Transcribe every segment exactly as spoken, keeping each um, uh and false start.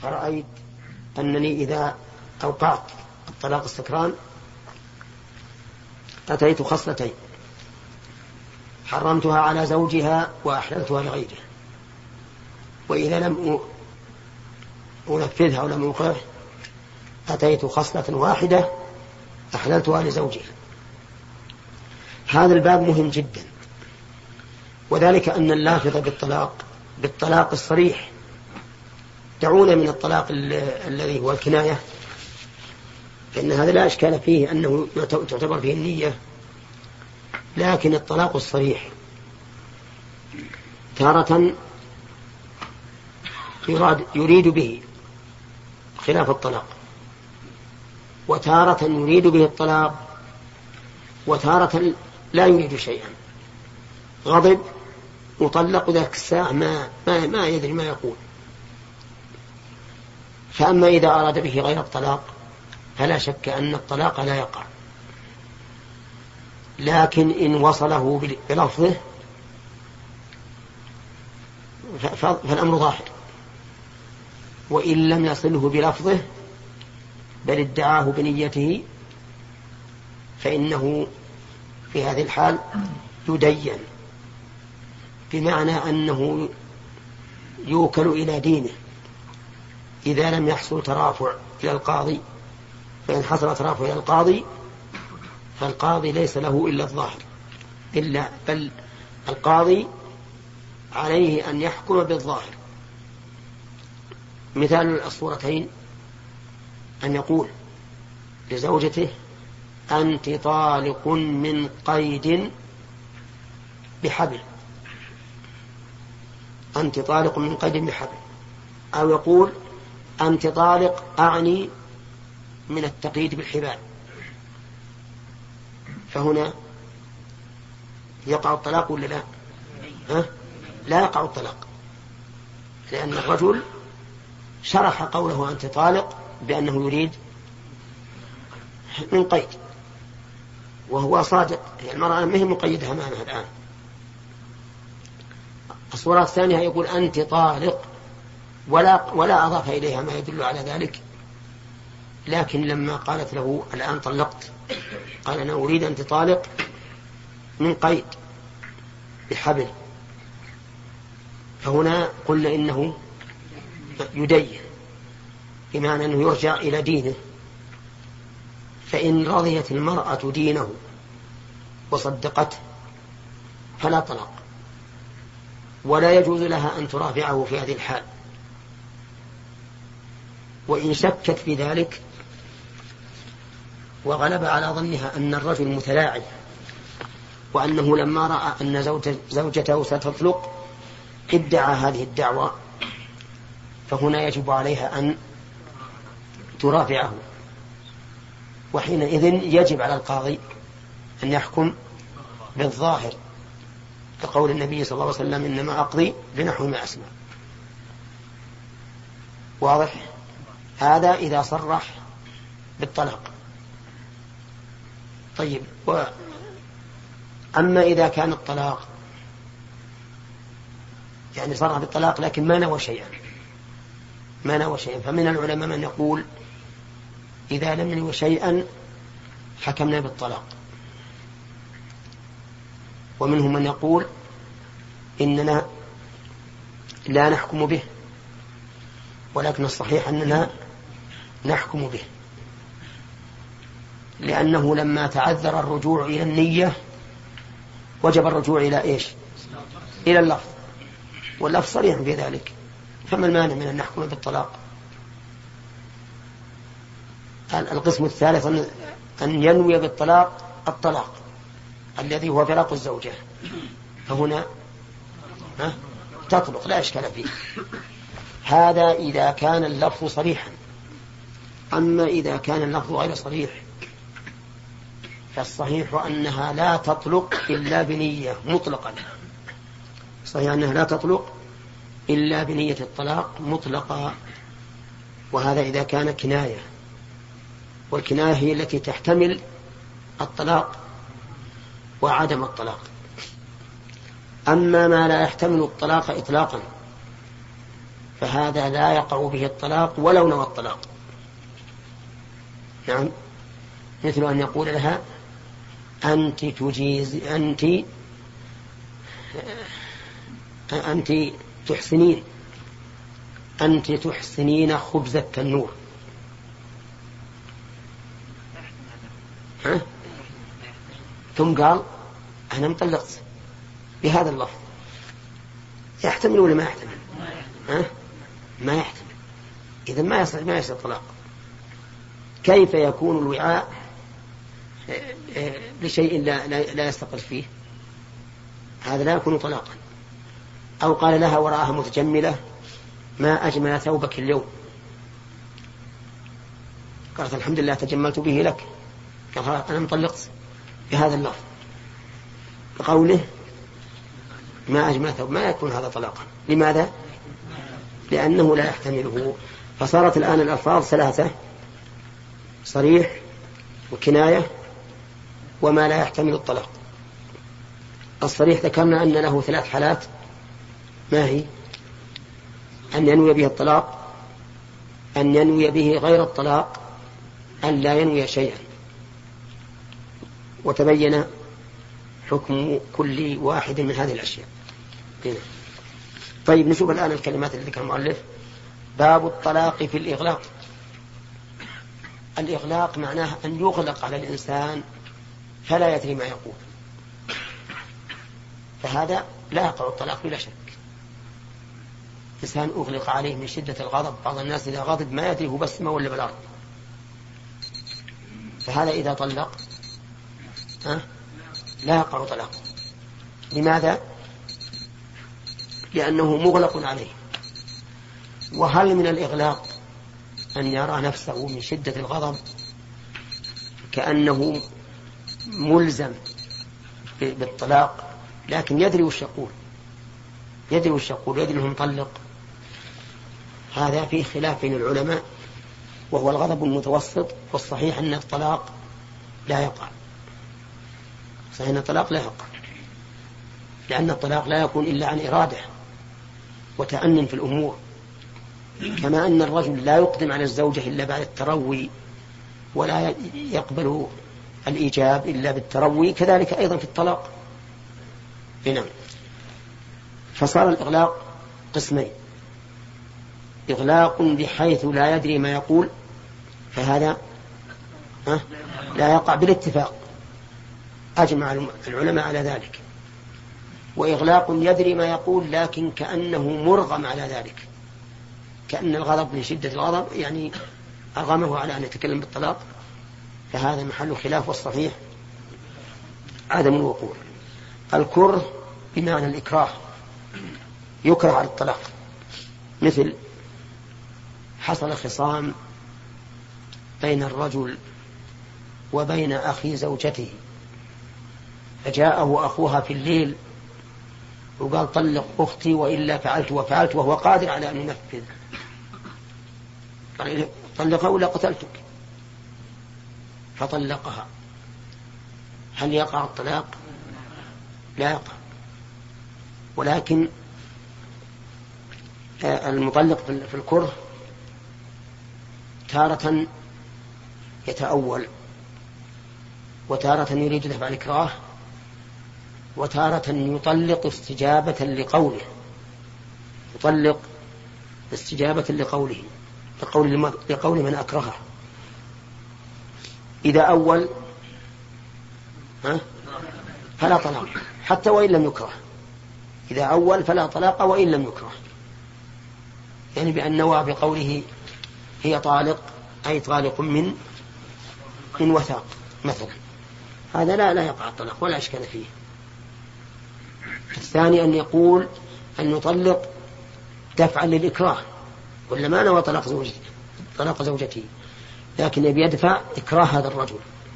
فرأيت أنني إذا أوقعت الطلاق السكران أتيت خصلتين: حرمتها على زوجها وأحللتها لغيره، وإذا لم أنفذها ولم أوقعه أتيت خصلة واحدة أحللتها لزوجها. هذا الباب مهم جدا، وذلك أن اللافظ بالطلاق بالطلاق الصريح، دعونا من الطلاق الذي هو الكناية، فإن هذا لا إشكال فيه أنه تعتبر فيه النية، لكن الطلاق الصريح تارة يراد يريد به خلاف الطلاق، وتارة يريد به الطلاق، وتارة لا يريد شيئا، غضب وطلق ذاك الساعة ما, ما, ما يدري ما يقول. فأما إذا أراد به غير الطلاق فلا شك أن الطلاق لا يقع، لكن إن وصله بلفظه فالأمر ظاهر، وإن لم يصله بلفظه بل ادعاه بنيته فإنه في هذه الحال يدين، بمعنى أنه يوكل إلى دينه إذا لم يحصل ترافع إلى القاضي. فإن حصل ترافع إلى القاضي فالقاضي ليس له إلا الظاهر، إلا بل القاضي عليه أن يحكم بالظاهر. مثال الصورتين أن يقول لزوجته: أنت طالق من قيد بحبل، أنت طالق من قيد بحبل، أو يقول: أنت طالق أعني من التقييد بالحبال. فهنا يقع الطلاق ولا لا؟ ها؟ لا يقع الطلاق، لأن الرجل شرح قوله أنت طالق بأنه يريد من قيد، وهو صادق، يعني المرأة ما هي مقيدة أمامها الآن. الصورة الثانية يقول أنت طالق ولا, ولا أضاف إليها ما يدل على ذلك، لكن لما قالت له الآن طلقت قال أنا أريد أنت طالق من قيد بحبل، فهنا قلنا إنه يدين، بمعنى أنه يرجع إلى دينه. فإن رضيت المرأة دينه وصدقته فلا طلاق، ولا يجوز لها أن ترافعه في هذه الحال. وإن شكت في ذلك وغلب على ظنها أن الرجل متلاعب، وأنه لما رأى أن زوجته ستطلق ادعى هذه الدعوة، فهنا يجب عليها أن ترافعه، وحينئذ يجب على القاضي أن يحكم بالظاهر، كقول النبي صلى الله عليه وسلم: إنما أقضي بنحو ما أسمع. واضح؟ هذا إذا صرح بالطلاق. طيب، و... أما إذا كان الطلاق يعني صرح بالطلاق لكن ما نوى شيئا ما نوى شيئا فمن العلماء من يقول إذا لم نوى شيئا حكمنا بالطلاق، ومنهم من يقول إننا لا نحكم به، ولكن الصحيح أننا نحكم به، لأنه لما تعذر الرجوع إلى النية وجب الرجوع إلى إيش؟ إلى اللفظ، واللفظ صريح في ذلك، فما المانع من أن نحكم بالطلاق؟ القسم الثالث أن ينوي بالطلاق الطلاق الذي هو فراق الزوجة، فهنا ها تطلق لا إشكال فيه. هذا إذا كان اللفظ صريحا. أما إذا كان اللفظ غير صريح فالصحيح أنها لا تطلق إلا بنية مطلقا، صحيح أنها لا تطلق إلا بنية الطلاق مطلقا، وهذا إذا كان كناية، والكناية هي التي تحتمل الطلاق وعدم الطلاق. أما ما لا يحتمل الطلاق إطلاقا فهذا لا يقع به الطلاق ولو نوى الطلاق. نعم، مثل أن يقول لها أنت تجيز أنت أنت تحسنين أنت تحسنين خبز التنور. ها؟ ثم قال أنا مطلقت بهذا اللفظ، يحتمل ولا ما يحتمل؟ ها؟ ما يحتمل. إذن ما يصل ما يصل الطلاق. كيف يكون الوعاء لشيء لا, لا يستقر فيه؟ هذا لا يكون طلاقا. أو قال لها وراءها متجملة ما أجمل ثوبك اليوم، قالت الحمد لله تجملت به لك، قال أنا مطلقت بهذا اللفظ. بقوله ما أجمل ثوب ما يكون هذا طلاقا. لماذا؟ لأنه لا يحتمله. فصارت الآن الألفاظ ثلاثة: صريح وكناية وما لا يحتمل الطلاق. الصريح ذكرنا أن له ثلاث حالات، ما هي؟ أن ينوي به الطلاق، أن ينوي به غير الطلاق، أن لا ينوي شيئا. وتبين حكم كل واحد من هذه الأشياء. هنا. طيب نشوف الآن الكلمات التي ذكرها المؤلف. باب الطلاق في الإغلاق. الإغلاق معناه أن يغلق على الإنسان فلا يدري ما يقول، فهذا لا يقع الطلاق بلا شك. إنسان أغلق عليه من شدة الغضب، بعض الناس إذا غضب ما يدري هو بالسماء ولا بالأرض، فهذا إذا طلق أه؟ لا يقع طلاق. لماذا؟ لأنه مغلق عليه. وهل من الإغلاق أن يرى نفسه من شدة الغضب كأنه ملزم بالطلاق، لكن يدري وش يقول، يدري وش يقول، يدري أنه مطلق؟ هذا فيه خلاف بين العلماء، وهو الغضب المتوسط. والصحيح أن الطلاق لا يقع، صحيح أن الطلاق لا يقع، لأن الطلاق لا يكون إلا عن إرادة وتأنن في الأمور. كما أن الرجل لا يقدم على الزوجة إلا بعد التروي، ولا يقبل الإيجاب إلا بالتروي، كذلك أيضا في الطلاق. هنا فصار الإغلاق قسمين: إغلاق بحيث لا يدري ما يقول، فهذا لا يقع بالاتفاق، أجمع العلماء على ذلك. وإغلاق يدري ما يقول لكن كأنه مرغم على ذلك، كأن الغضب من شدة الغضب يعني أرغمه على أن يتكلم بالطلاق، فهذا محل خلاف، والصحيح عدم الوقوع. الكره بمعنى الإكراه، يكره على الطلاق. مثل حصل خصام بين الرجل وبين أخي زوجته، فجاءه أخوها في الليل وقال طلق أختي وإلا فعلت وفعلت، وهو قادر على أن ينفذ، قال طلقها ولا قتلتك، فطلقها. هل يقع الطلاق؟ لا يقع. ولكن المطلق في الكره تارة يتأول، وتارة يريد دفع الإكراه، وتارة يطلق استجابة لقوله، يطلق استجابة لقوله، لقول, لقول من أكرهه. إذا أول ها فلا طلاق حتى وإن لم يكره، إذا أول فلا طلاق وإن لم يكره، يعني بأن نوى بقوله هي طالق أي طالق من من وثاق مثلا، هذا لا لا يقع الطلاق ولا إشكال فيه. الثاني أن يقول أن يطلق دفعا للإكراه، ولا ما نوى طلاق زوجته طلاق زوجته، لكن يبي يدفع إكراه هذا الرجل،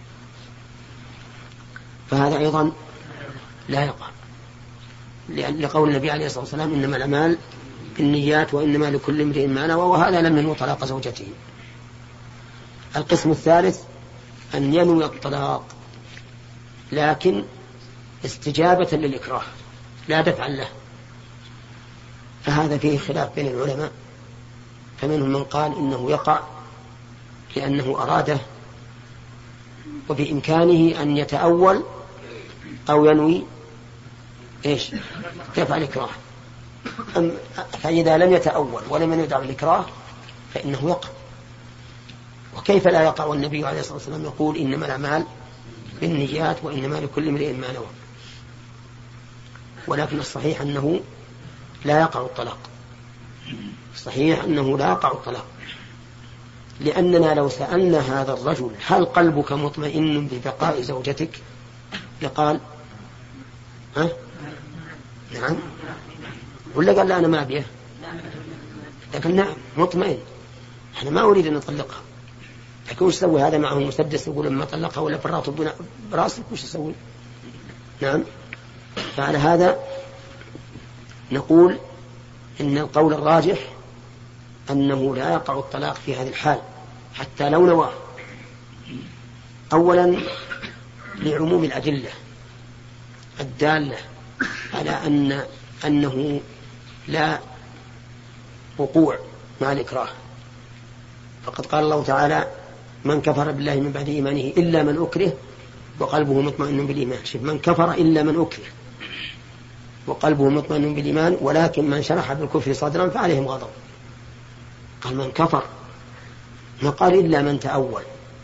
فهذا أيضا لا يقع، لقول النبي عليه الصلاة والسلام إنما الأعمال بالنيات وإنما لكل امرئ ما نوى، وهذا لم ينوي طلاق زوجته. القسم الثالث أن ينوي الطلاق لكن استجابة للإكراه لا دفعا له، فهذا فيه خلاف بين العلماء، فمنهم من قال إنه يقع لأنه أراده وبإمكانه أن يتأول أو ينوي إيش دفع الإكراه. فإذا لم يتأول ولم يدع الإكراه فإنه يقع. وكيف لا يقع والنبي عليه الصلاة والسلام يقول إنما الأعمال بالنيات وإنما لكل امرئ ما نوى. ولكن الصحيح أنه لا يقع الطلاق، صحيح أنه لا يقع الطلاق، لأننا لو سألنا هذا الرجل هل قلبك مطمئن ببقاء زوجتك لقال ها؟ نعم، ولا قال لا أنا ما أبيه، لكن نعم مطمئن، أنا ما أريد أن أطلقها، لكن وش سوي هذا معه مسدس يقول لما طلقها ولا فرات براسك وش يسوي؟ نعم. فعلى هذا نقول إن القول الراجح أنه لا يقع الطلاق في هذه الحال حتى لو نواه. أولا لعموم الأدلة الدالة على أن أنه لا وقوع مع الإكراه، فقد قال الله تعالى من كفر بالله من بعد إيمانه إلا من أكره وقلبه مطمئن بالإيمان. شوف، من كفر إلا من أكره وقلبه مطمئن بالإيمان ولكن من شرح بالكفر صدرا فعليهم غضب. قال من كفر، ما قال إلا من تأول.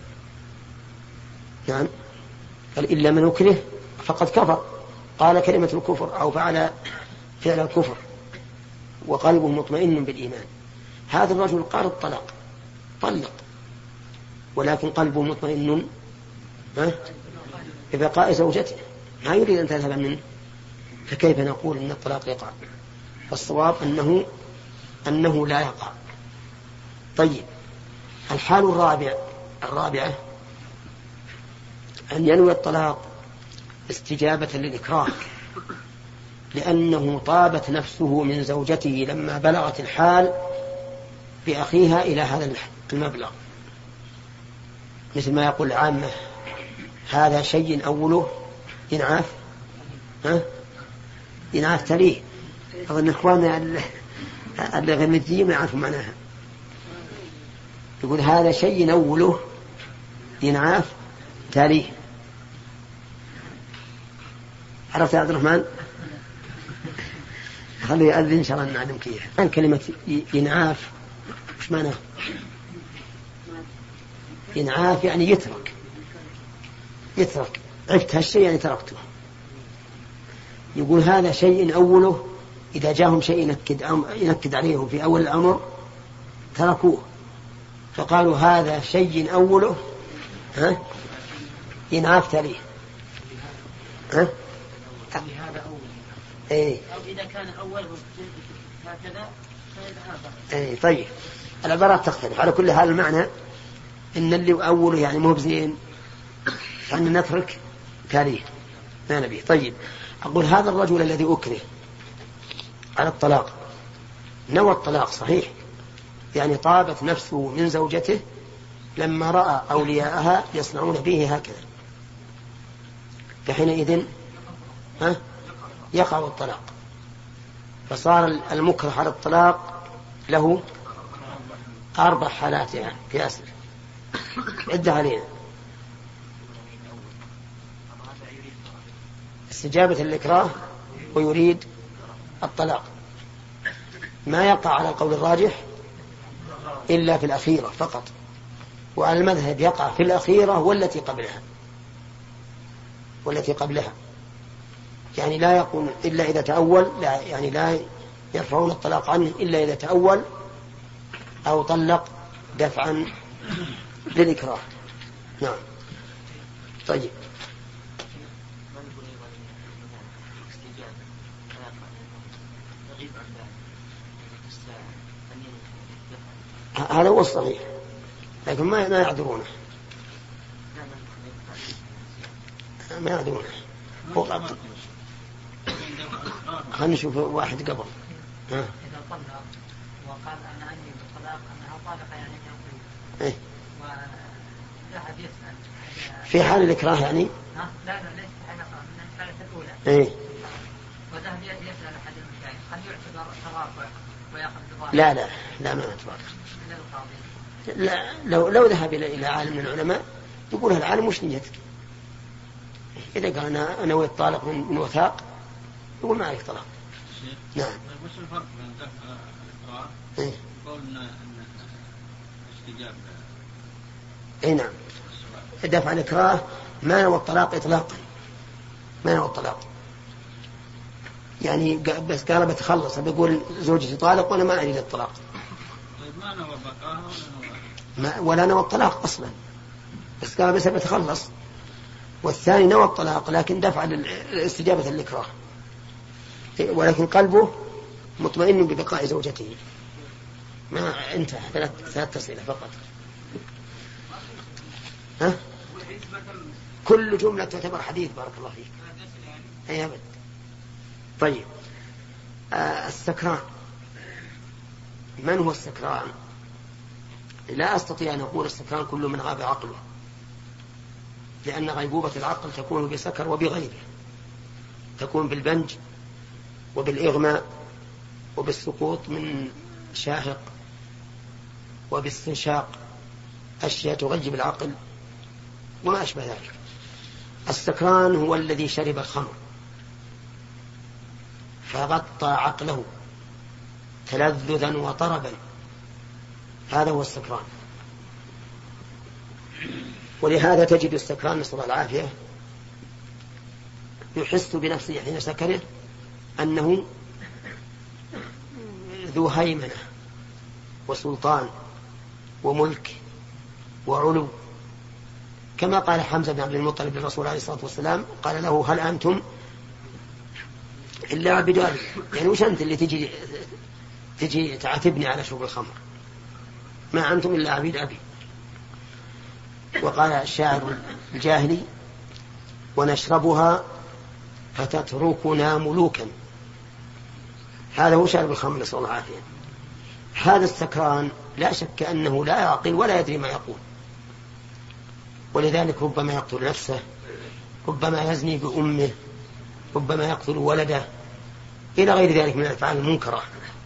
نعم، قال إلا من أكره فقد كفر، قال كلمة الكفر أو فعل فعل الكفر وقلبه مطمئن بالإيمان. هذا الرجل قال الطلاق طلق ولكن قلبه مطمئن ببقاء زوجته، ما يريد أن تذهب منه، فكيف نقول إن الطلاق يقع؟ فالصواب أنه أنه لا يقع. طيب، الحال الرابع الرابعة أن ينوي الطلاق استجابة للإكراه، لأنه طابت نفسه من زوجته لما بلغت الحال بأخيها إلى هذا المبلغ، مثل ما يقول العامة هذا شيء أوله ينعاف ها ينعاف تليه. أظن إخواننا الغمزيين ما يعرفوا معناها، يقول هذا شيء أوله ينعاف تليه. عرفت يا عبد الرحمن؟ خليه يأذن إن شاء الله نعلمك إياه. كلمة ينعاف وش معناه؟ ينعاف يعني يترك، يترك، عفت هالشيء يعني تركته. يقول هذا شيء أوله إذا جاءهم شيء ينكد, ينكد عليهم في أول الأمر تركوه، فقالوا هذا شيء أوله ها ينعاف تليه. ها هذا أول إيه. أو إذا كان أول هكذا إيه. طيب، العبارات تختلف. على كل حال المعنى إن اللي أوله يعني مو بزين فأن نترك تاريخ ما نبيه. طيب، أقول هذا الرجل الذي أكره على الطلاق نوى الطلاق صحيح، يعني طابت نفسه من زوجته لما رأى أولياءها يصنعون به هكذا، فحينئذ ها يقع الطلاق. فصار المكره على الطلاق له أربع حالات يعني في أسر عدة علينا. استجابة الإكراه ويريد الطلاق، ما يقع على القول الراجح إلا في الأخيرة فقط، وعلى المذهب يقع في الأخيرة والتي قبلها والتي قبلها يعني لا يقول إلا إذا تأول، لا يعني لا يرفعون الطلاق عنه إلا إذا تأول أو طلق دفعا للإكراه. نعم. طيب، هذا هو الصحيح، لكن ما ما يعذرونه ما يعذرونه. خلينا نشوف واحد قبل. ها. إذا طلق وقال أنا أني بالطلاق أنها طالقة يعني يوم إيه. وذهب يسأل في حال الإكراه يعني. ها لا لا ليس في حال الإكراه، من الحالة الأولى. إيه. وذهب يسأل أحد المشايخ هل يعتبر ترافع ويأخذ بضاعة؟ لا لا لا ما يعتبر. لا لو لو ذهب إلى عالم من العلماء يقول العالم وش نيتك؟ إذا قال أنا أنا نويت طالق من وثاق يقول ما عليك طلاق. نعم. وش الفرق بين دفع الإكراه إيه؟ وقولنا أن استجابة؟ أي نعم. دفع الإكراه ما نوى الطلاق إطلاقا، ما نوى الطلاق، يعني بس قال بتخلص بيقول زوجتي طالق وأنا ما أريد الطلاق. طيب ما نوى بقاها ولا نوى ولا نوى الطلاق أصلا، بس قال بس بتخلص. والثاني نوى الطلاق لكن دفع استجابة الإكراه، ولكن قلبه مطمئن ببقاء زوجته. ما انتهى ثلاث ثلاث أسئلة فقط. ها؟ كل جملة تعتبر حديث. بارك الله فيك. أي أبد. طيب آه السكران، من هو السكران؟ لا أستطيع أن أقول السكران كل من غاب عقله، لأن غيبوبة العقل تكون بسكر وبغيره، تكون بالبنج وبالإغماء وبالسقوط من شاهق وباستنشاق أشياء تغيب العقل وما أشبه ذلك. السكران هو الذي شرب الخمر فغطى عقله تلذذا وطربا، هذا هو السكران. ولهذا تجد السكران نسأل الله العافية يحس بنفسه حين سكره أنه ذو هيمنة وسلطان وملك وعلو، كما قال حمزة بن عبد المطلب للرسول عليه الصلاة والسلام، قال له هل أنتم إلا عبد أبي، يعني وش أنت اللي تجي تجي تعاتبني على شرب الخمر؟ ما أنتم إلا عبيد أبي. وقال الشاعر الجاهلي ونشربها فتتركنا ملوكا، هذا هو شارب الخمر نسأل الله العافية. هذا السكران لا شك أنه لا يعقل ولا يدري ما يقول، ولذلك ربما يقتل نفسه، ربما يزني بأمه، ربما يقتل ولده، إلى غير ذلك من الأفعال المنكرة.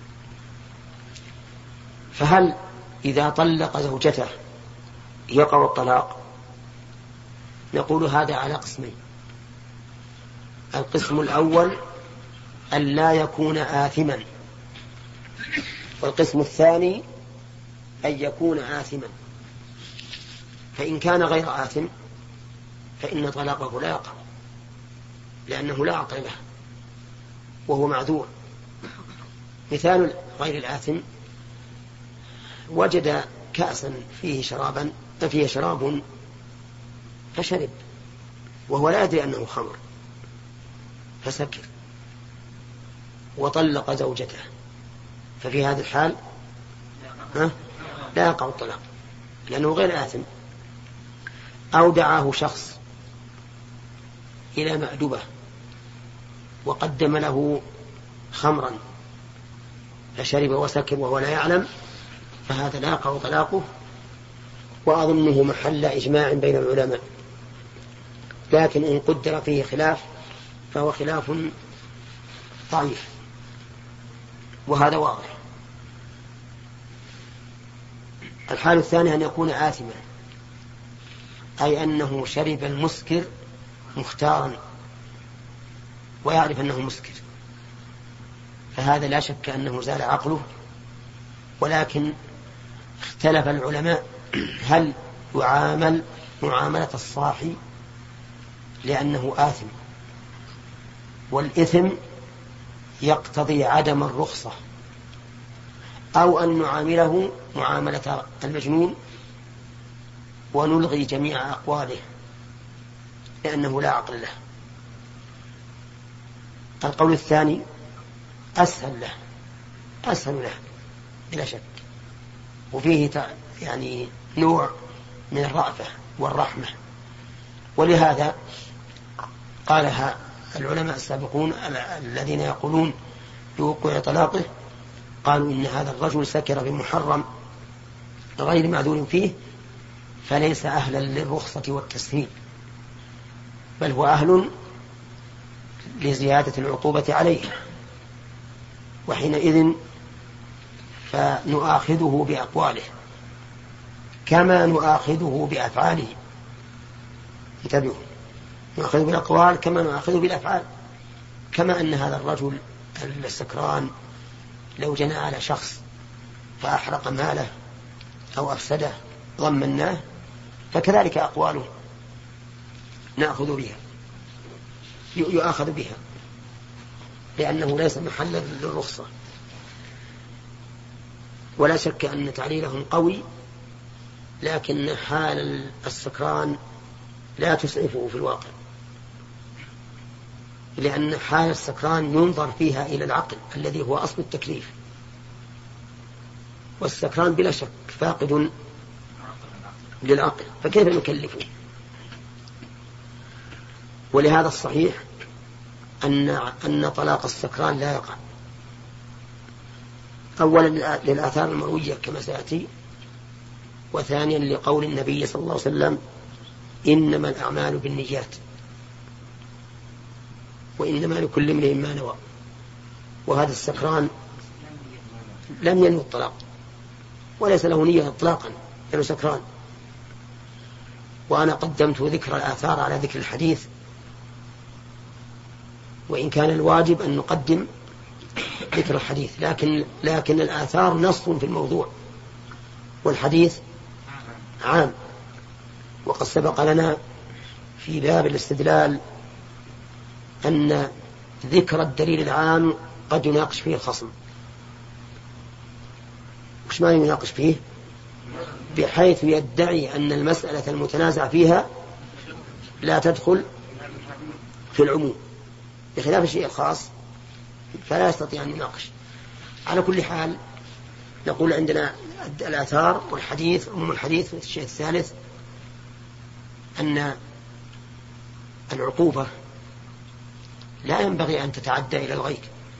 فهل إذا طلق زوجته يقع الطلاق؟ نقول هذا على قسمين. القسم الأول أن لا يكون آثما، والقسم الثاني أن يكون آثما. فإن كان غير آثم فإن طلاقه لا يقع، لأنه لا عقل له وهو معذور. مثال غير الآثم: وجد كأسا فيه شرابا فيه شراب فشرب وهو لا يدري أنه خمر فسكر وطلق زوجته، ففي هذا الحال ها لا يقع الطلاق لأنه غير آثم. أو دعاه شخص إلى مأدبة وقدم له خمرا فشرب وسكر وهو لا يعلم، فهذا لا يقع طلاقه، وأظنه محل إجماع بين العلماء. لكن إن قدر فيه خلاف فهو خلاف ضعيف، وهذا واضح. الحال الثاني أن يكون آثما، أي أنه شرب المسكر مختارا ويعرف أنه مسكر، فهذا لا شك أنه زال عقله. ولكن اختلف العلماء هل يعامل معاملة الصاحي لأنه آثم، والإثم يقتضي عدم الرخصة، أو أن نعامله معاملة المجنون ونلغي جميع أقواله لأنه لا عقل له. القول الثاني أسهل له أسهل له بلا شك، وفيه يعني نوع من الرأفة والرحمة. ولهذا قالها العلماء السابقون الذين يقولون بوقوع طلاقه، قالوا إن هذا الرجل سكر بمحرم غير معذور فيه فليس أهلا للرخصة والتسهيل، بل هو أهل لزيادة العقوبة عليه، وحينئذ فنؤاخذه بأقواله كما نؤاخذه بأفعاله. انتبهوا، نؤاخذه بالأقوال كما نؤاخذه بالأفعال. كما أن هذا الرجل السكران لو جنى على شخص فأحرق ماله أو أفسده ضمناه، فكذلك أقواله نأخذ بها يؤاخذ بها، لأنه ليس محلا للرخصة. ولا شك أن تعليلهم قوي، لكن حال السكران لا تسعفه في الواقع، لأن حال السكران ينظر فيها إلى العقل الذي هو أصل التكليف، والسكران بلا شك فاقد للعقل، فكيف نكلفه؟ ولهذا الصحيح أن أن طلاق السكران لا يقع، أولا للآثار المروية كما سيأتي، وثانيا لقول النبي صلى الله عليه وسلم إنما الأعمال بالنيات وإنما لكل امرئ ما نوى. وهذا السكران لم ينوي الطلاق وليس له نية إطلاقا، لأنه سكران. وأنا قدمت ذكر الآثار على ذكر الحديث، وإن كان الواجب أن نقدم ذكر الحديث، لكن لكن الآثار نص في الموضوع والحديث عام. وقد سبق لنا في باب الاستدلال أن ذكر الدليل العام قد يناقش فيه الخصم. وش ما يناقش فيه؟ بحيث يدعي أن المسألة المتنازع فيها لا تدخل في العموم، بخلاف الشيء الخاص فلا يستطيع أن يناقش. على كل حال نقول عندنا الآثار والحديث، عموم الحديث. والشيء الثالث أن العقوبة لا ينبغي أن تتعدى إلى الغير،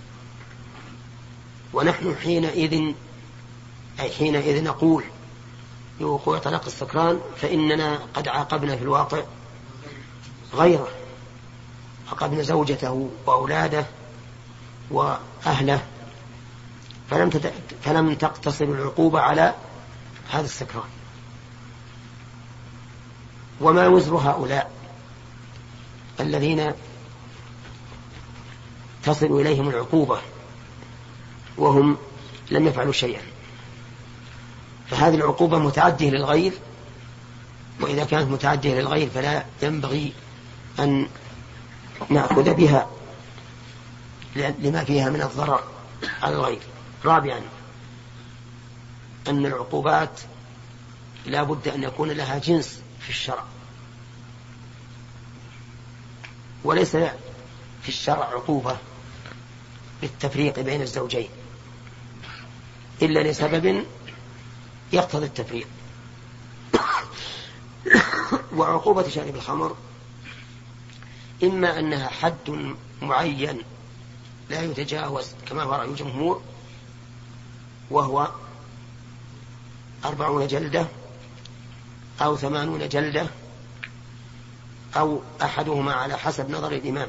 ونحن حينئذ أي حينئذ نقول بوقوع طلاق السكران فإننا قد عاقبنا في الواقع غيره، عاقبنا زوجته وأولاده وأهله، فلم تت... فلم تقتصر العقوبة على هذا السكران. وما وزر هؤلاء الذين تصل إليهم العقوبة وهم لم يفعلوا شيئا؟ فهذه العقوبة متعدية للغير، وإذا كانت متعدية للغير فلا ينبغي أن نأخذ بها لما فيها من الضرر على الغير. رابعا أن العقوبات لا بد أن يكون لها جنس في الشرع، وليس في الشرع عقوبة بالتفريق بين الزوجين إلا لسبب يقتضي التفريق. وعقوبة شارب الخمر إما أنها حد معين لا يتجاوز كما هو رأي الجمهور، وهو أربعون جلدة أو ثمانون جلدة أو أحدهما على حسب نظر الإمام،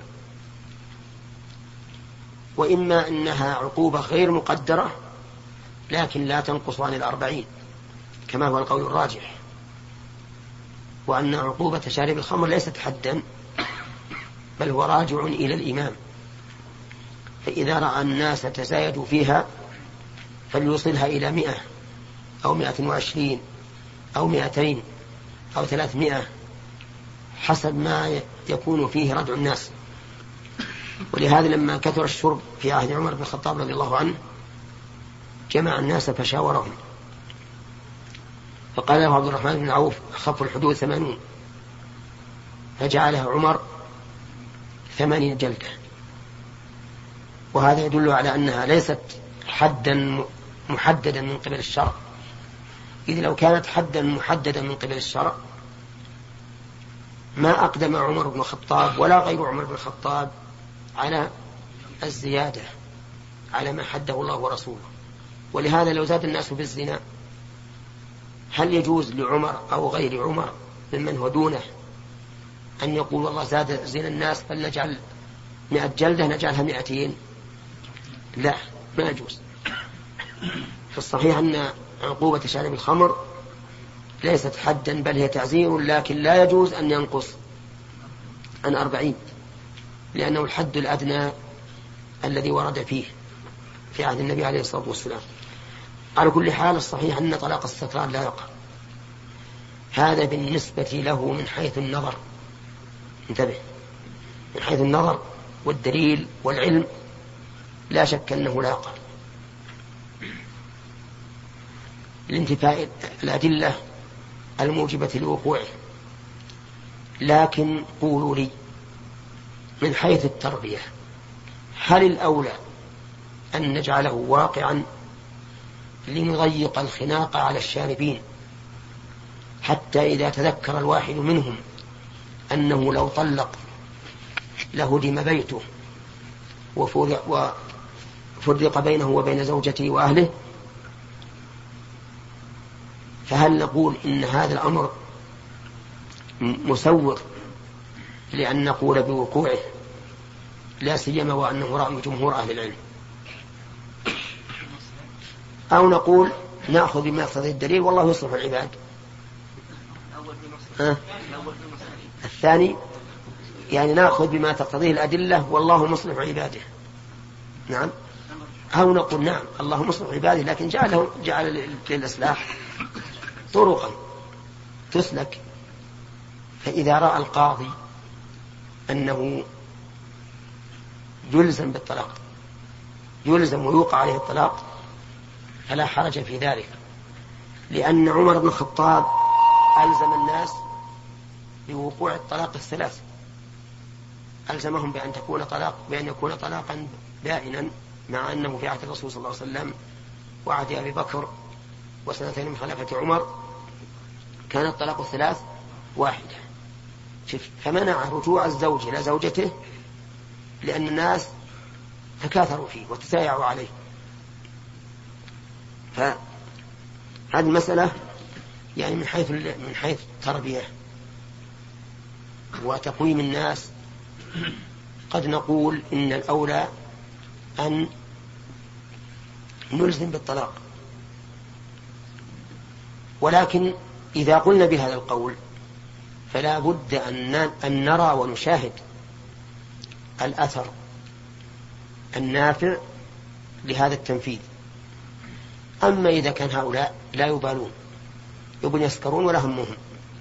وإما أنها عقوبة غير مقدرة لكن لا تنقص عن الأربعين كما هو القول الراجح، وأن عقوبة شارب الخمر ليست حدا بل هو راجع إلى الإمام، فإذا رأى الناس تزايدوا فيها فليوصلها إلى مئة أو مئة وعشرين أو مئتين أو ثلاثمائة حسب ما يكون فيه ردع الناس. ولهذا لما كثر الشرب في عهد عمر بن الخطاب رضي الله عنه جمع الناس فشاورهم، فقال له عبد الرحمن بن عوف خف الحدود ثمانون، فجعلها عمر ثمانين جلدة. وهذا يدل على أنها ليست حدا محددا من قبل الشرع، إذ لو كانت حدا محددا من قبل الشرع ما أقدم عمر بن الخطاب ولا غير عمر بن الخطاب على الزيادة على ما حده الله ورسوله. ولهذا لو زاد الناس بالزنا هل يجوز لعمر أو غير عمر ممن هو دونه أن يقول والله زاد زنا الناس فلنجعل مئة جلدة نجعلها مئتين؟ لا، ما يجوز. في الصحيح أن عقوبة شارب الخمر ليست حدا بل هي تعزير، لكن لا يجوز أن ينقص عن أربعين، لأنه الحد الأدنى الذي ورد فيه في عهد النبي عليه الصلاة والسلام. على كل حال الصحيح أن طلاق السكران لا يقع. هذا بالنسبة له من حيث النظر، انتبه، من حيث النظر والدليل والعلم لا شك أنه لا يقع لانتفاء الأدلة الموجبة لوقوعه. لكن قولوا لي من حيث التربية، هل الأولى أن نجعله واقعا لنضيق الخناق على الشاربين، حتى إذا تذكر الواحد منهم أنه لو طلق لهدم بيته وفرق بينه وبين زوجته وأهله، فهل نقول إن هذا الأمر مسوغ لأن نقول بوقوعه، لا سيما وأنه رأي جمهور أهل العلم، أو نقول نأخذ بما يقتضي الدليل والله يصلح العباد؟ ها؟ الثاني يعني نأخذ بما تقتضيه الأدلة والله مصلح عباده، نعم، أو نقول نعم الله مصلح عباده لكن جعله جعل للإصلاح طرقا تسلك. فإذا رأى القاضي أنه يلزم بالطلاق، يلزم ويوقع عليه الطلاق، فلا حرج في ذلك، لأن عمر بن الخطاب ألزم الناس بوقوع الطلاق الثلاث، ألزمهم بأن تكون طلاق بأن يكون طلاقا بائنا، مع أنه في عهد الرسول صلى الله عليه وسلم وعهد أبي بكر وسنتين من خلافة عمر كان الطلاق الثلاث واحدة. فمنع رجوع الزوج إلى زوجته لأن الناس تكاثروا فيه وتسايعوا عليه. فهذه المسألة يعني من حيث من حيث التربية وتقويم الناس قد نقول إن الأولى أن نلزم بالطلاق، ولكن إذا قلنا بهذا القول فلا بد أن نرى ونشاهد الأثر النافع لهذا التنفيذ. أما إذا كان هؤلاء لا يبالون يبون يسكرون ولا همهم،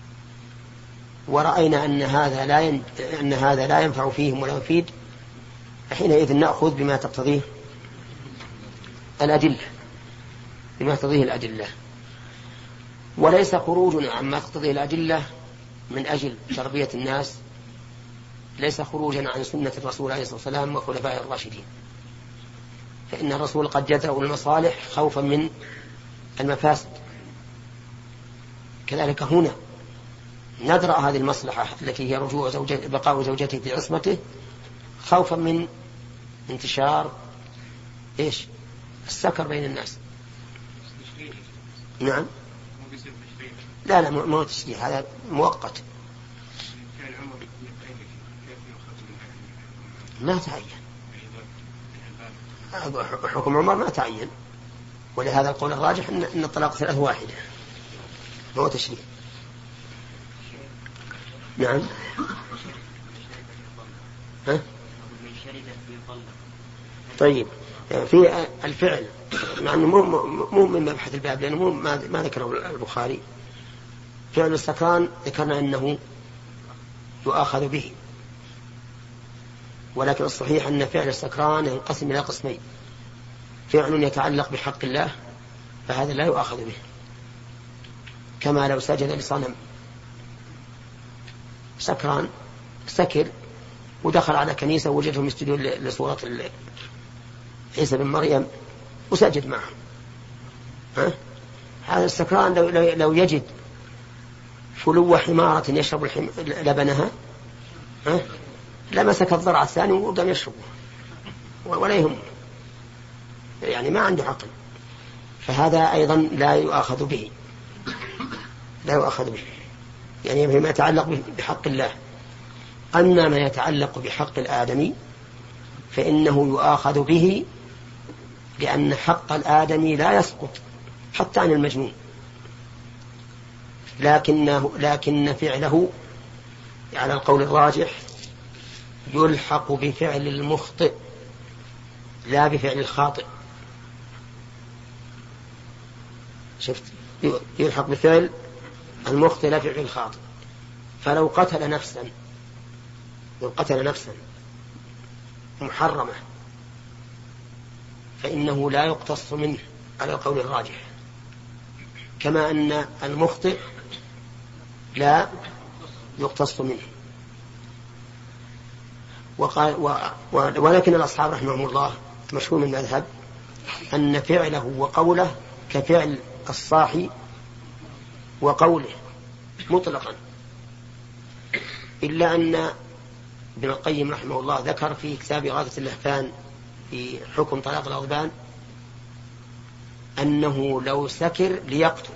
ورأينا أن هذا لا ين... أن هذا لا ينفع فيهم ولا يفيد، فحينئذ نأخذ بما تقتضيه الأدلة، بما تقتضيه الأدلة، وليس خروجنا عما تقتضيه الأدلة من أجل تربية الناس، ليس خروجا عن سنة الرسول عليه الصلاة والسلام وخلفائه الراشدين، فإن الرسول قد يدرأ المصالح خوفا من المفاسد. كذلك هنا ندرأ هذه المصلحة التي هي رجوع زوجته بقاء زوجته في عصمته خوفا من انتشار إيش السكر بين الناس. نعم، لا لا مو تشريع، هذا مؤقت ما تعين، حكم عمر ما تعين، ولهذا القول الراجح أن الطلاق ثلاث واحدة هو تشريع. نعم. ها؟ طيب في الفعل مع أنه مو من مبحث الباب لأنه مو ما ذكره البخاري، فعل السكران ذكرنا أنه يؤاخذ به، ولكن الصحيح أن فعل السكران ينقسم إلى قسمين: فعل يتعلق بحق الله فهذا لا يؤاخذ به، كما لو سجد لصنم سكران سكر ودخل على كنيسة ووجدهم يسجدون لصورة عيسى بن مريم وسجد معهم. ها؟ هذا السكران لو, لو يجد فلو حمارة يشرب الحم... لبنها ها؟ لمسك الضرع الثاني وقام يشربه ولا يهم، يعني ما عنده عقل، فهذا أيضا لا يؤاخذ به، لا يؤاخذ به، يعني فيما يتعلق بحق الله. أما ما يتعلق بحق الآدمي فإنه يؤاخذ به، لأن حق الآدمي لا يسقط حتى عن المجنون، لكنه لكن فعله على القول الراجح يلحق بفعل المخطئ لا بفعل الخاطئ. شفت؟ يلحق بفعل المخطئ لا بفعل الخاطئ. فلو قتل نفسا لو قتل نفسا محرمة فإنه لا يقتص منه على القول الراجح، كما أن المخطئ لا يقتص منه. وقال و ولكن الأصحاب رحمهم الله مشهور من المذهب أن فعله وقوله كفعل الصاحي وقوله مطلقا، إلا أن ابن القيم رحمه الله ذكر في كتاب إغاثة اللهفان في حكم طلاق الغضبان أنه لو سكر ليقتل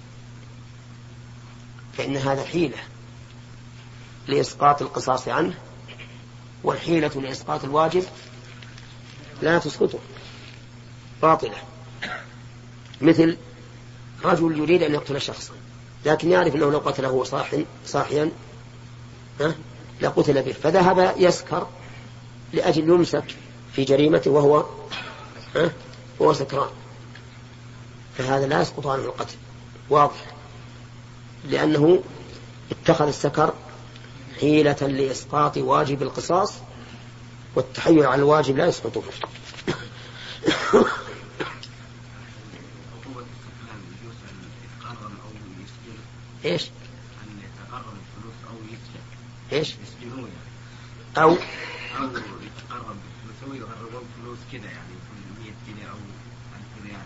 فإن هذا حيلة لإسقاط القصاص عنه، والحيلة لإسقاط الواجب لا تسقطه، باطلة. مثل رجل يريد أن يقتل شخصا لكن يعرف أنه لو قتله صاحيا صاحيا لقتل به، فذهب يسكر لأجل يمسك في جريمته وهو هو سكران، فهذا لا يسقط عنه القتل واضح، لأنه اتخذ السكر حيلة لإسقاط واجب القصاص، والتحيل على الواجب لا يسقطه. ايش؟ أن يتقرب الفلوس أو يسجن. ايش؟ يسجنون أو أو يتقرب بالفلوس أو يغربون فلوس كذا، يعني يكون مية جنيه أو ألف ريال.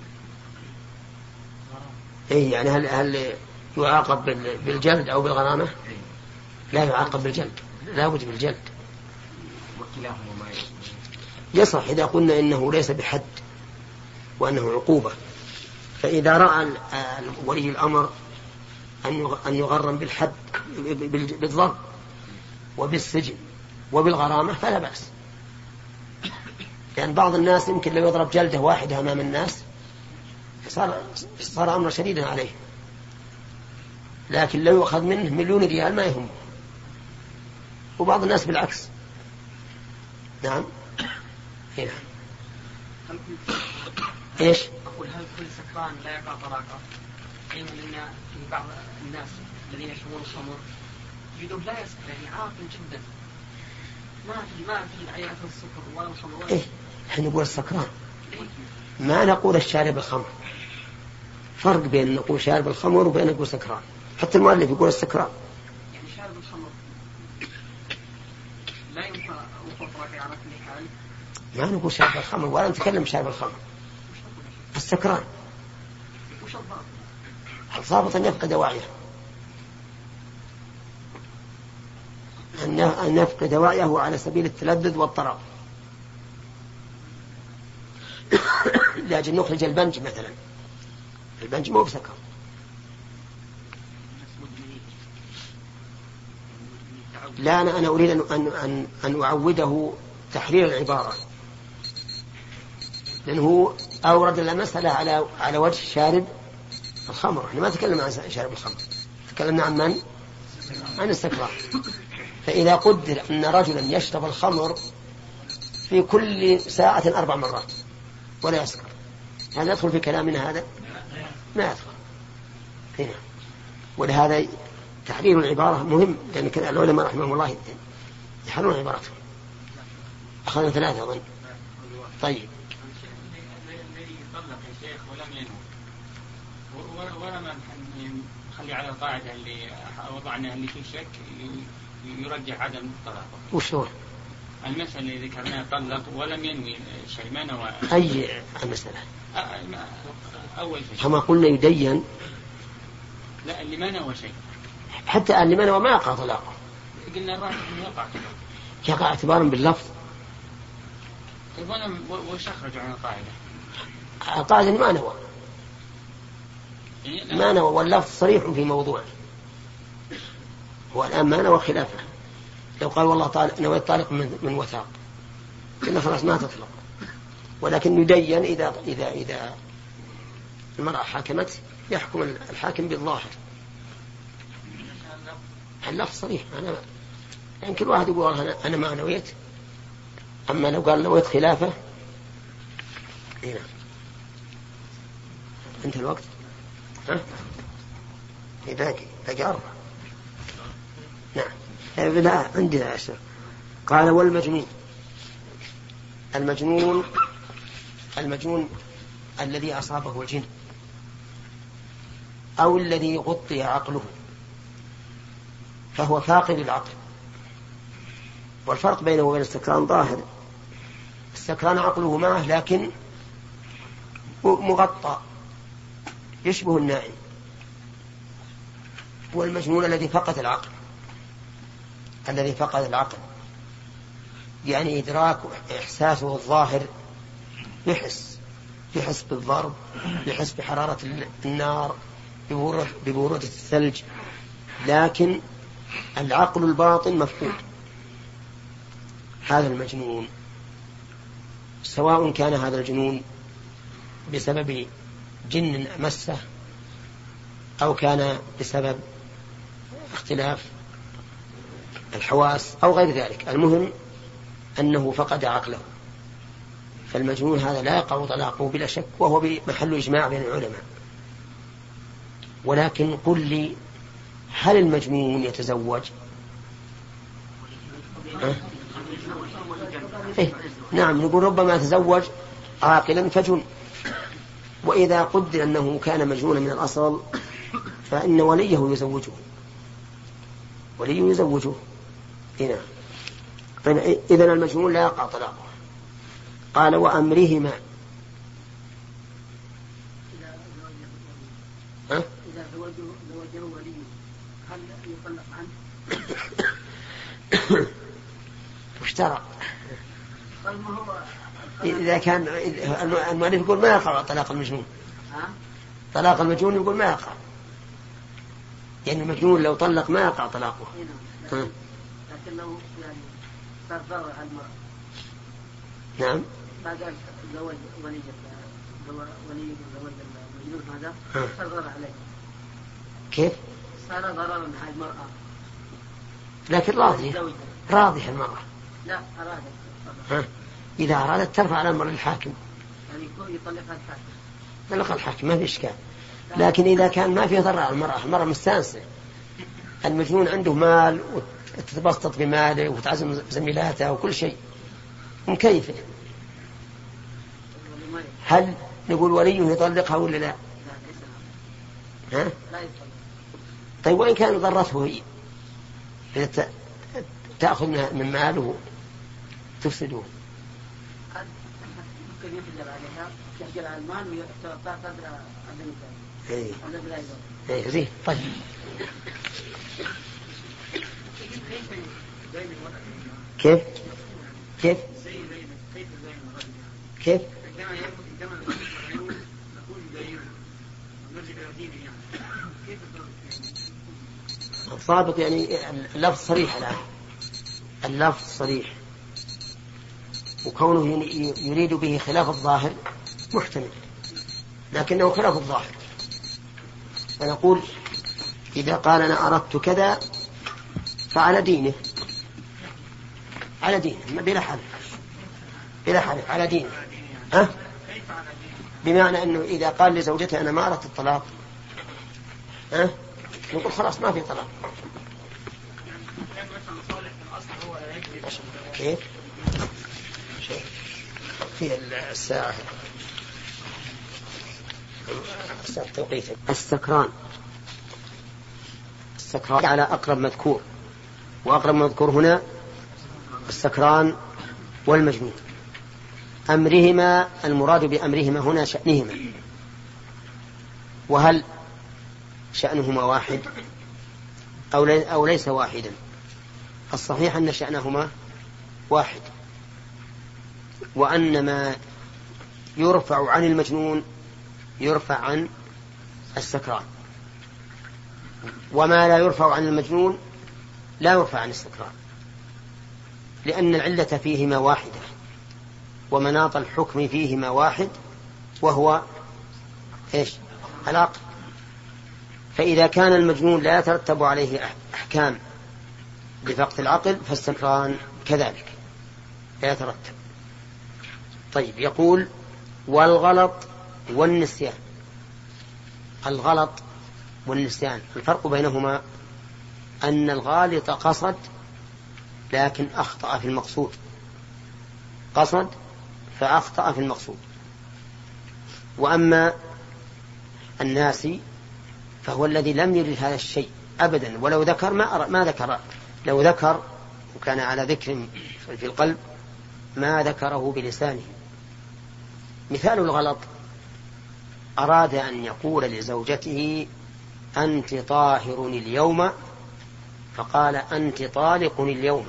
إيه يعني هل هل يعاقب بالجلد أو بالغرامة؟ لا يعاقب بالجلد، لا بد بالجلد. وكلاهما يصح إذا قلنا إنه ليس بحد وأنه عقوبة. فإذا رأى ولي الأمر أن يغرم بالحد بالضرب وبالسجن وبالغرامة فلا بأس، لأن يعني بعض الناس يمكن لو يضرب جلدة واحدة أمام الناس صار, صار أمر شديدا عليه، لكن لو يأخذ منه مليون ريال ما يهم. وبعض الناس بالعكس. نعم. هنا ايش؟ أقول هل كل سكران لا يقع طلاقه؟ علما أن في بعض الناس الذين يشربون الخمر يجدون لا يسكر، يعني عاقل جدا، ما في ما في عينة السكر ولا الخمر ولا. إيه؟ إحنا نقول السكران، ما نقول الشارب الخمر. فرق بين نقول شارب الخمر وبين نقول سكران. حتى المؤلف يقول السكران. يعني شارب الخمر لا ينفع وقف على كل حال. ما نقول شارب الخمر ولا نتكلم شارب الخمر. السكران وش الضابط؟ الضابط أن يفقد وعيه، أن يفقد وعيه على سبيل التلذذ والطرب، لأجل نخرج البنج مثلا. البنج مو بسكر. لا أنا, أنا أريد أن, أن, أن أعوده تحرير العبارة، لأنه أورد المسألة على على وجه شارب الخمر. احنا ما تكلمنا عن شارب الخمر، تكلمنا عن من؟ عن السكران. فإذا قدر أن رجلا يشرب الخمر في كل ساعة أربع مرات ولا يسكر، هل يدخل في كلامنا هذا؟ ما يدخل هنا. ولهذا تحرير العبارة مهم، لأن العلماء رحمهم الله يحررون عبارتهم. أخذنا ثلاثة أظن. طيب ولما نخلي على القاعدة اللي وضعناها اللي في شك يرجح عدم الطلاق. وش هو؟ المسألة اللي ذكرناها طلق ولم ينوي شيء، ما نوى. أي المسألة؟ أول شيء. كما قلنا يدين. لا اللي ما نوى شيء. حتى اللي ما نوى ما يقع طلاقه. قلنا الراجح إنه يقع. يقع اعتبارا باللفظ. طيب وأنا وش أخرج عن القاعدة؟ القاعدة ما نوى. ما نوى واللفظ صريح في موضوعه. هو الآن ما نوى خلافه. لو قال والله طالق نوى الطالق من, من وثاق إنه خلاص ما تطلق، ولكن يدين إذا إذا إذا المرأة حاكمت يحكم الحاكم بالظاهر. اللفظ صريح. أنا يمكن واحد يقول أنا, أنا ما نويت، أما لو قال نويت خلافه هنا. انت الوقت ها باقي باقي أربعة. نعم لا عندنا عشر. قال والمجنون، المجنون المجنون الذي أصابه الجن أو الذي غطي عقله فهو فاقد العقل. والفرق بينه وبين السكران ظاهر. السكران عقله معه لكن مغطى يشبه النائم. والمجنون الذي فقد العقل، الذي فقد العقل يعني إدراك إحساسه الظاهر، يحس يحس بالضرب، يحس بحرارة النار، ببرودة الثلج، لكن العقل الباطن مفقود. هذا المجنون سواء كان هذا الجنون بسبب جن مسه أو كان بسبب اختلاف الحواس أو غير ذلك، المهم أنه فقد عقله. فالمجنون هذا لا يقع طلاقه بلا شك، وهو بمحل إجماع بين العلماء. ولكن قل لي هل المجنون يتزوج؟ أه؟ إيه؟ نعم نقول ربما يتزوج عاقلا فجن. وإذا قدر أنه كان مجنونا من الأصل فإن وليه يزوجه، وليه يزوجه هنا. إذن المجنون لا يقع طلاقه. قال وأمرهما. ها؟ إذا زوجه وليه هل يطلق عنه؟ واشترى. إذا كان المؤلف يقول ما يقع طلاق المجنون، طلاق المجنون يقول ما يقع، يعني المجنون لو طلق ما يقع طلاقه. لكن لو يعني صار ضرر على المرأة. نعم. ما قال زوج ولي ولي زوج المجنون هذا صار ضرر عليه. كيف؟ صار ضررا على المرأة. لكن راضية راضية المرأة. لا أرادت. ها. إذا أرادت ترفع الأمر للحاكم. يعني يطلقها الحاكم. طلقها الحاكم ما في إشكال. لكن إذا كان ما فيه ضرر على المرأة، المرأة مستانسة، المجنون عنده مال وتتبسط بماله وتعزم زميلاته وكل شيء مكيفة، هل نقول وليه يطلقها ولا لا؟ ها؟ طيب وإن كان ضرته هي تأخذ من ماله تفسده؟ ممكن يحجر عليها، يحجر على المال ويعطى قدر عدم ايه ايه زين. طيب كيف كيف كيف الضابط يعني اللفظ صريح الآن، اللفظ صريح، وكونه يريد به خلاف الظاهر محتمل، لكنه خلاف الظاهر. فنقول إذا قال أنا أردت كذا فعلى دينه، على دينه بلا حلف، بلا حلف على دينه. أه؟ بمعنى أنه إذا قال لزوجته أنا ما أردت الطلاق، أه؟ نقول خلاص ما في طلاق. كيف؟ في الساعة الساعة التوقيت. السكران، السكران على أقرب مذكور، وأقرب مذكور هنا السكران والمجنون. أمرهما، المراد بأمرهما هنا شأنهما. وهل شأنهما واحد أو, لي أو ليس واحدا؟ الصحيح أن شأنهما واحد، وأن ما يرفع عن المجنون يرفع عن السكران، وما لا يرفع عن المجنون لا يرفع عن السكران، لأن العلة فيهما واحدة ومناط الحكم فيهما واحد، وهو إيش؟ العقل. فإذا كان المجنون لا يترتب عليه أحكام بفقد العقل فالسكران كذلك لا يترتب. طيب يقول والغلط والنسيان. الغلط والنسيان الفرق بينهما أن الغالط قصد لكن أخطأ في المقصود، قصد فأخطأ في المقصود. وأما الناسي فهو الذي لم يرد هذا الشيء أبدا، ولو ذكر ما, ما ذكر، لو ذكر وكان على ذكر في القلب ما ذكره بلسانه. مثال الغلط أراد أن يقول لزوجته أنت طاهر اليوم فقال أنت طالق اليوم،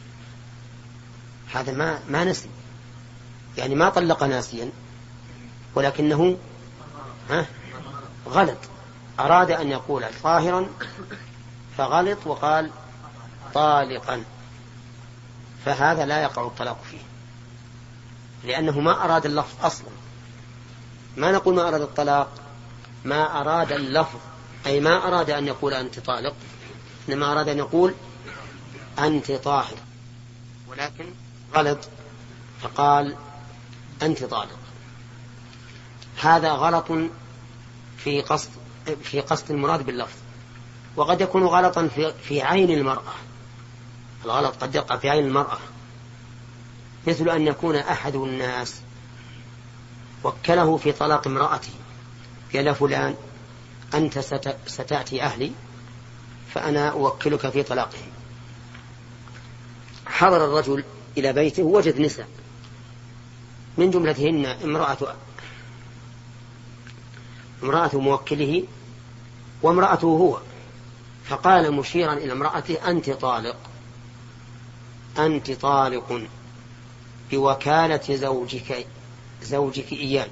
هذا ما, ما نسي، يعني ما طلق ناسيا ولكنه ها غلط. أراد أن يقول طاهرا فغلط وقال طالقا، فهذا لا يقع الطلاق فيه لأنه ما أراد اللفظ أصلا. ما نقول ما أراد الطلاق، ما أراد اللفظ، أي ما أراد أن يقول أنت طالق، إنما أراد أن يقول أنت طاهر، ولكن غلط فقال أنت طالق. هذا غلط في قصد في قصد المراد باللفظ، وقد يكون غلطا في, في عين المرأة. الغلط قد يقع في عين المرأة، مثل أن يكون أحد الناس وكله في طلاق امرأته، قال فلان أنت ستأتي أهلي فأنا أوكلك في طلاقه. حضر الرجل إلى بيته وجد نساء من جملتهن امرأة امرأة موكله وامرأته هو، فقال مشيرا إلى امرأته أنت طالق، أنت طالق بوكالة زوجك زوجك إياه.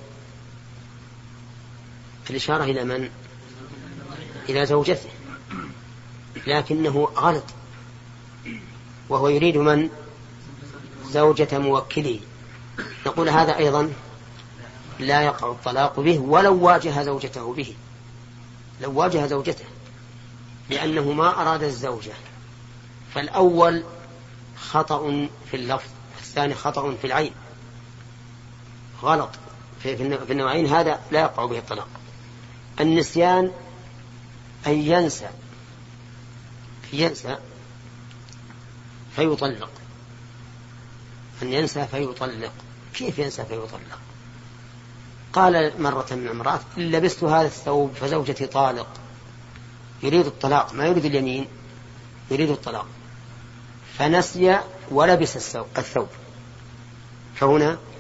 الإشارة إلى من؟ إلى زوجته، لكنه غلط، وهو يريد من؟ زوجة موكله. نقول هذا أيضا لا يقع الطلاق به ولو واجه زوجته به، لو واجه زوجته، لأنه ما أراد الزوجة. فالأول خطأ في اللفظ، الثاني خطأ في العين، غلط في النوعين، هذا لا يقع به الطلاق. النسيان أن ينسى ينسى فيطلق، أن ينسى فيطلق. كيف ينسى فيطلق؟ قال مرة من امرأة لبست هذا الثوب فزوجتي طالق، يريد الطلاق ما يريد اليمين، يريد الطلاق، فنسي ولبس الثوب، فهنا